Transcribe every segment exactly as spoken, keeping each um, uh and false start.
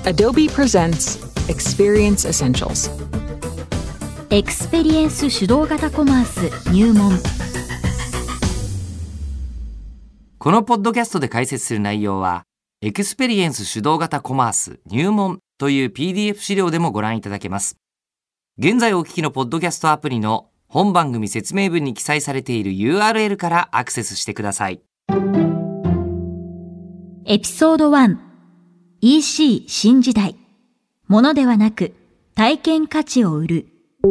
Adobe presents Experience Essentials. エクスペリエンス主導型コマース入門。 このポッドキャストで解説する内容は、エクスペリエンス主導型コマース入門という ピーディーエフ 資料でもご覧いただけます。現在お聞きのポッドキャストアプリの本番組説明文に記載されている ユーアールエル からアクセスしてください。 エピソードワン イーシー 新時代。ものではなく体験価値を売る。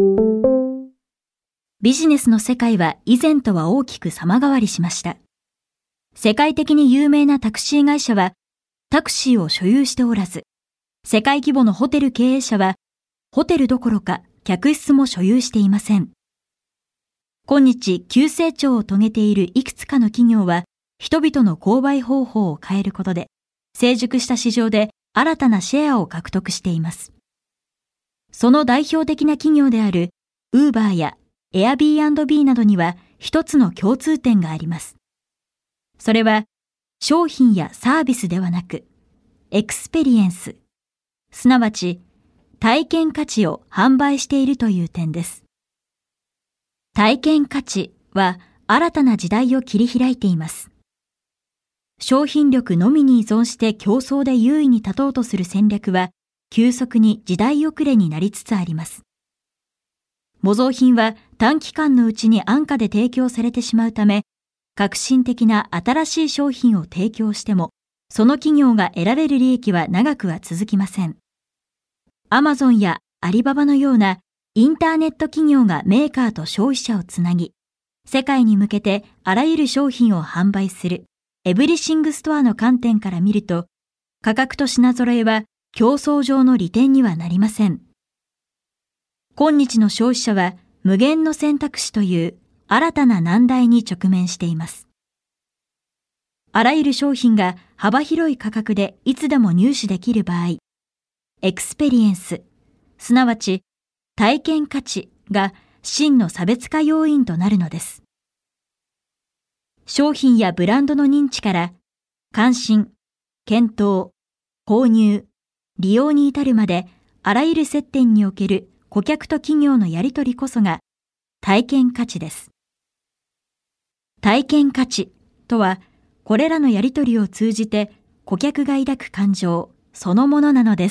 ビジネスの世界は以前とは大きく様変わりしました。世界的に有名なタクシー会社はタクシーを所有しておらず、世界規模のホテル経営者はホテルどころか客室も所有していません。今日急成長を遂げているいくつかの企業は人々の購買方法を変えることで成熟した市場で新たなシェアを獲得しています。その代表的な企業であるウーバーやエアビーアンドビーなどには一つの共通点があります。それは商品やサービスではなくエクスペリエンス、すなわち体験価値を販売しているという点です。体験価値は新たな時代を切り開いています。商品力のみに依存して競争で優位に立とうとする戦略は急速に時代遅れになりつつあります。模造品は短期間のうちに安価で提供されてしまうため、革新的な新しい商品を提供しても、その企業が得られる利益は長くは続きません。アマゾンやアリババのようなインターネット企業がメーカーと消費者をつなぎ、世界に向けてあらゆる商品を販売するエブリシングストアの観点から見ると、価格と品揃えは競争上の利点にはなりません。今日の消費者は無限の選択肢という新たな難題に直面しています。あらゆる商品が幅広い価格でいつでも入手できる場合、エクスペリエンス、すなわち体験価値が真の差別化要因となるのです。商品やブランドの認知から関心、検討、購入、利用に至るまであらゆる接点における顧客と企業のやり取りこそが体験価値です。体験価値とはこれらのやり取りを通じて顧客が抱く感情そのものなのです。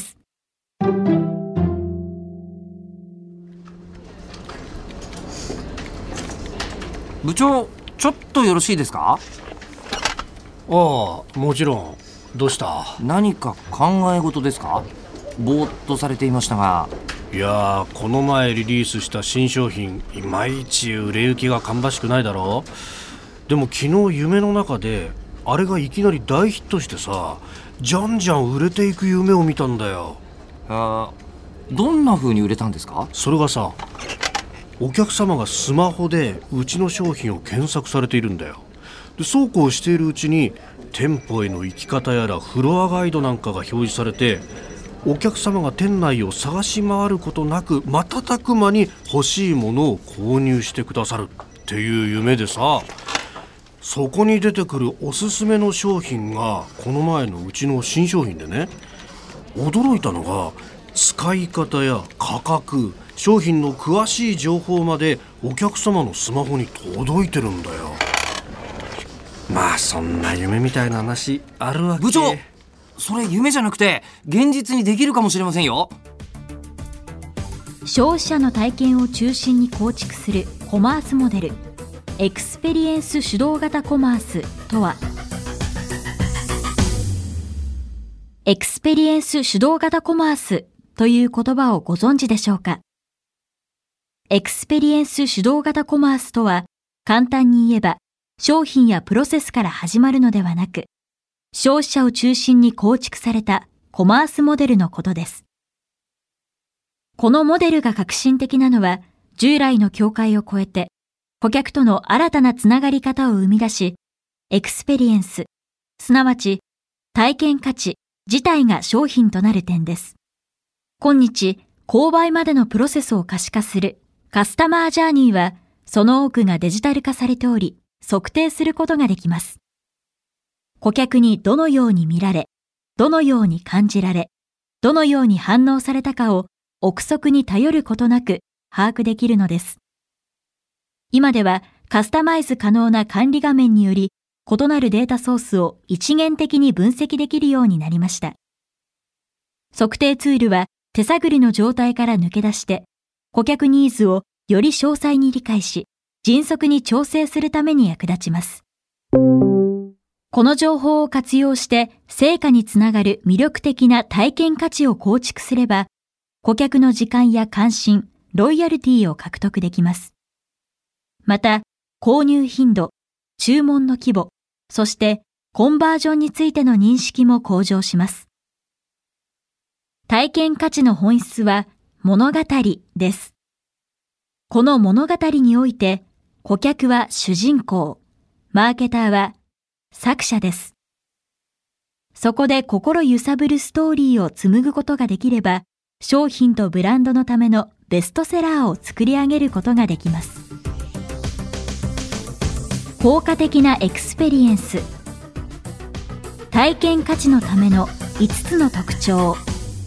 部長、ちょっとよろしいですか？ ああ、もちろん。どうした？ 何か考え事ですか？ぼーっとされていましたが。 いやー、この前リリースした新商品いまいち売れ行きが芳しくないだろう。でも昨日夢の中であれがいきなり大ヒットしてさ、じゃんじゃん売れていく夢を見たんだよ。 あ、どんな風に売れたんですか？ それがさ、お客様がスマホでうちの商品を検索されているんだよ。で、そうこうしているうちに店舗への行き方やらフロアガイドなんかが表示されて、お客様が店内を探し回ることなく瞬く間に欲しいものを購入してくださるっていう夢でさ、そこに出てくるおすすめの商品がこの前のうちの新商品でね、驚いたのが使い方や価格、商品の詳しい情報までお客様のスマホに届いてるんだよ。まあそんな夢みたいな話あるわけ。 部長、それ夢じゃなくて現実にできるかもしれませんよ。 消費者の体験を中心に構築するコマースモデル、エクスペリエンス主導型コマースとは、エクスペリエンス主導型コマースという言葉をご存知でしょうか？エクスペリエンス主導型コマースとは、簡単に言えば商品やプロセスから始まるのではなく、消費者を中心に構築されたコマースモデルのことです。このモデルが革新的なのは、従来の境界を越えて、顧客との新たなつながり方を生み出し、エクスペリエンス、すなわち体験価値自体が商品となる点です。今日、購買までのプロセスを可視化するカスタマージャーニーは、その多くがデジタル化されており、測定することができます。顧客にどのように見られ、どのように感じられ、 どのように反応されたかを憶測に頼ることなく把握できるのです。今ではカスタマイズ可能な管理画面により、異なるデータソースを一元的に分析できるようになりました。測定ツールは手探りの状態から抜け出して、顧客ニーズをより詳細に理解し、迅速に調整するために役立ちます。この情報を活用して成果につながる魅力的な体験価値を構築すれば、顧客の時間や関心、ロイヤルティを獲得できます。また、購入頻度、注文の規模、そしてコンバージョンについての認識も向上します。体験価値の本質は物語です。この物語において、顧客は主人公、マーケターは作者です。そこで心揺さぶるストーリーを紡ぐことができれば、商品とブランドのためのベストセラーを作り上げることができます。効果的なエクスペリエンス。体験価値のためのいつつの特徴。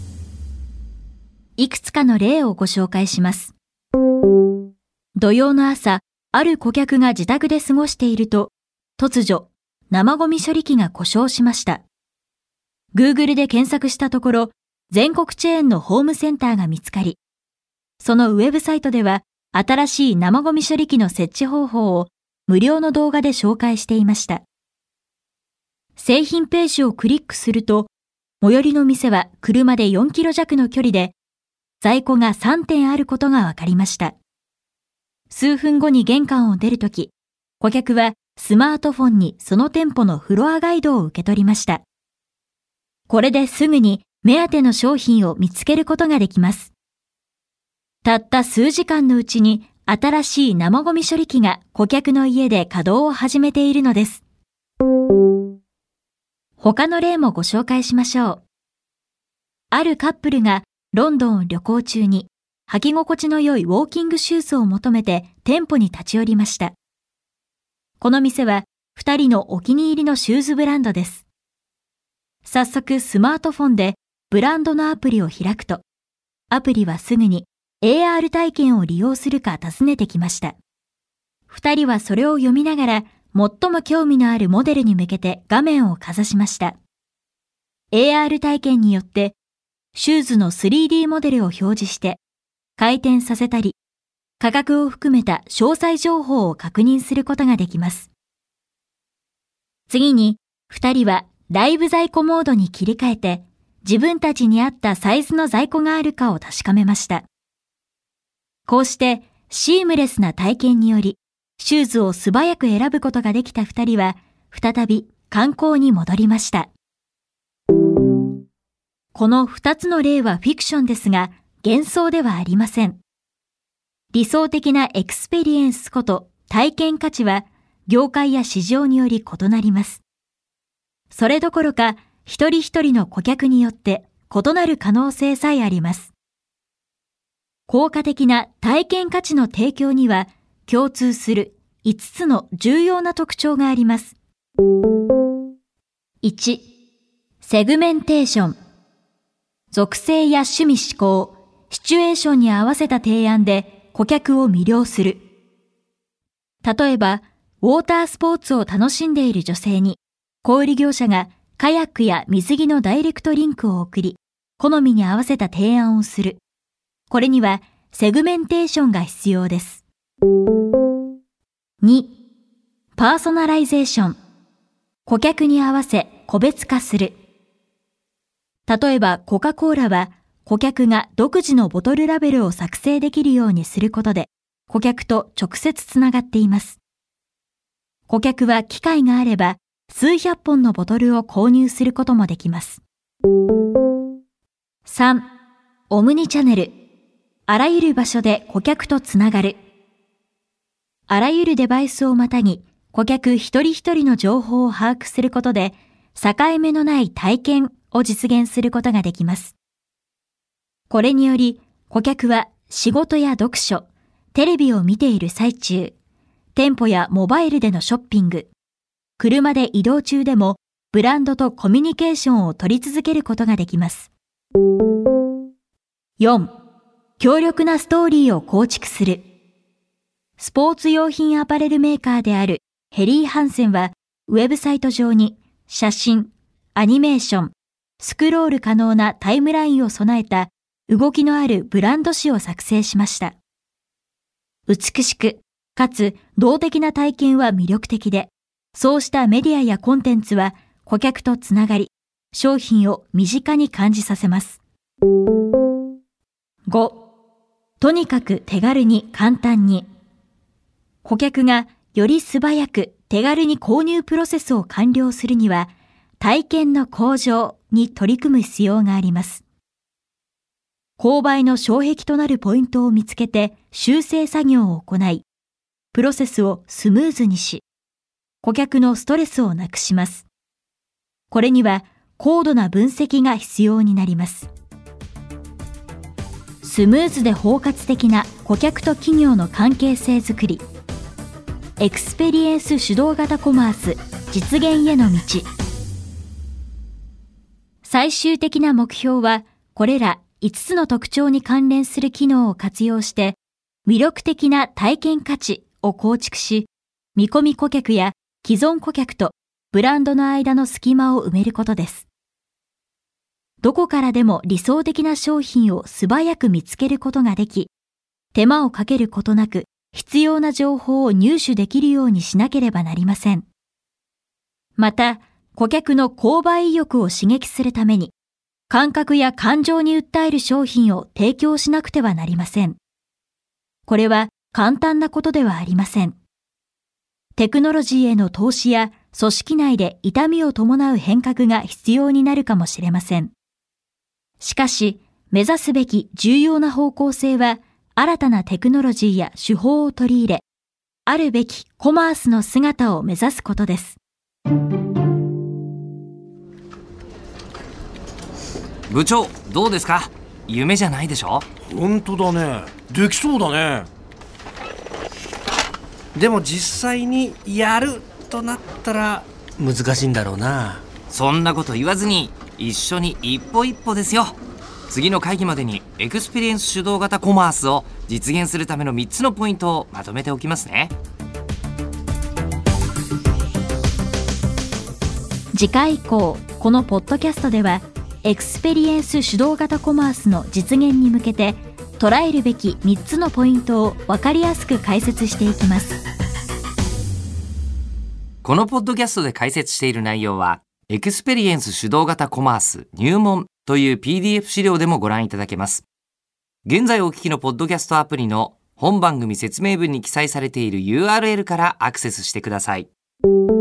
いくつかの例をご紹介します。土曜の朝、ある顧客が自宅で過ごしていると、突如、生ゴミ処理機が故障しました。Google で検索したところ、全国チェーンのホームセンターが見つかり、そのウェブサイトでは、新しい生ゴミ処理機の設置方法を無料の動画で紹介していました。製品ページをクリックすると、最寄りの店は車でよんキロ弱の距離で、在庫がさんてんあることが分かりました。数分後に玄関を出るとき、顧客はスマートフォンにその店舗のフロアガイドを受け取りました。これですぐに目当ての商品を見つけることができます。たった数時間のうちに新しい生ゴミ処理機が顧客の家で稼働を始めているのです。他の例もご紹介しましょう。あるカップルがロンドンを旅行中に履き心地の良いウォーキングシューズを求めて店舗に立ち寄りました。この店は二人のお気に入りのシューズブランドです。早速スマートフォンでブランドのアプリを開くと、アプリはすぐに エーアール 体験を利用するか尋ねてきました。二人はそれを読みながら最も興味のあるモデルに向けて画面をかざしました。エーアール 体験によってシューズの スリーディー モデルを表示して回転させたり、価格を含めた詳細情報を確認することができます。次に、二人はライブ在庫モードに切り替えて、自分たちに合ったサイズの在庫があるかを確かめました。こうしてシームレスな体験により、シューズを素早く選ぶことができた二人は、再び観光に戻りました。この二つの例はフィクションですが、幻想ではありません。理想的なエクスペリエンスこと体験価値は業界や市場により異なります。それどころか一人一人の顧客によって異なる可能性さえあります。効果的な体験価値の提供には共通するいつつの重要な特徴があります。いち、セグメンテーション。属性や趣味思考、シチュエーションに合わせた提案で顧客を魅了する。例えば、ウォータースポーツを楽しんでいる女性に、小売業者がカヤックや水着のダイレクトリンクを送り、好みに合わせた提案をする。これにはセグメンテーションが必要です。に、パーソナライゼーション。顧客に合わせ個別化する。例えばコカ・コーラは顧客が独自のボトルラベルを作成できるようにすることで顧客と直接つながっています。顧客は機会があれば数百本のボトルを購入することもできます。さん、オムニチャネル。あらゆる場所で顧客とつながる。あらゆるデバイスをまたぎ顧客一人一人の情報を把握することで境目のない体験を実現することができます。これにより、顧客は仕事や読書、テレビを見ている最中、店舗やモバイルでのショッピング、車で移動中でもブランドとコミュニケーションを取り続けることができます。 よん、強力なストーリーを構築する。スポーツ用品アパレルメーカーであるヘリー・ハンセンは、ウェブサイト上に写真、アニメーション、スクロール可能なタイムラインを備えた動きのあるブランド誌を作成しました。美しく、かつ動的な体験は魅力的で、そうしたメディアやコンテンツは顧客とつながり、商品を身近に感じさせます。ご、とにかく手軽に簡単に。顧客がより素早く手軽に購入プロセスを完了するには、体験の向上に取り組む必要があります。購買の障壁となるポイントを見つけて修正作業を行い、プロセスをスムーズにし、顧客のストレスをなくします。これには高度な分析が必要になります。スムーズで包括的な顧客と企業の関係性づくり。エクスペリエンス主導型コマース実現への道。最終的な目標は、これらいつつの特徴に関連する機能を活用して、魅力的な体験価値を構築し、見込み顧客や既存顧客とブランドの間の隙間を埋めることです。どこからでも理想的な商品を素早く見つけることができ、手間をかけることなく必要な情報を入手できるようにしなければなりません。また、顧客の購買意欲を刺激するために、感覚や感情に訴える商品を提供しなくてはなりません。これは簡単なことではありません。テクノロジーへの投資や組織内で痛みを伴う変革が必要になるかもしれません。しかし、目指すべき重要な方向性は、新たなテクノロジーや手法を取り入れ、あるべきコマースの姿を目指すことです。 部長、どうですか？夢じゃないでしょ？ 本当だね。できそうだね。でも実際にやるとなったら難しいんだろうな。 そんなこと言わずに一緒に一歩一歩ですよ。次の会議までにエクスペリエンス主導型コマースを実現するためのみっつのポイントをまとめておきますね。 次回以降、このポッドキャストではエクスペリエンス主導型コマースの実現に向けて捉えるべきみっつのポイントを分かりやすく解説していきます。 このポッドキャストで解説している内容はエクスペリエンス主導型コマース入門という ピーディーエフ 資料でもご覧いただけます。現在お聞きのポッドキャストアプリの本番組説明文に記載されている ユーアールエル からアクセスしてください。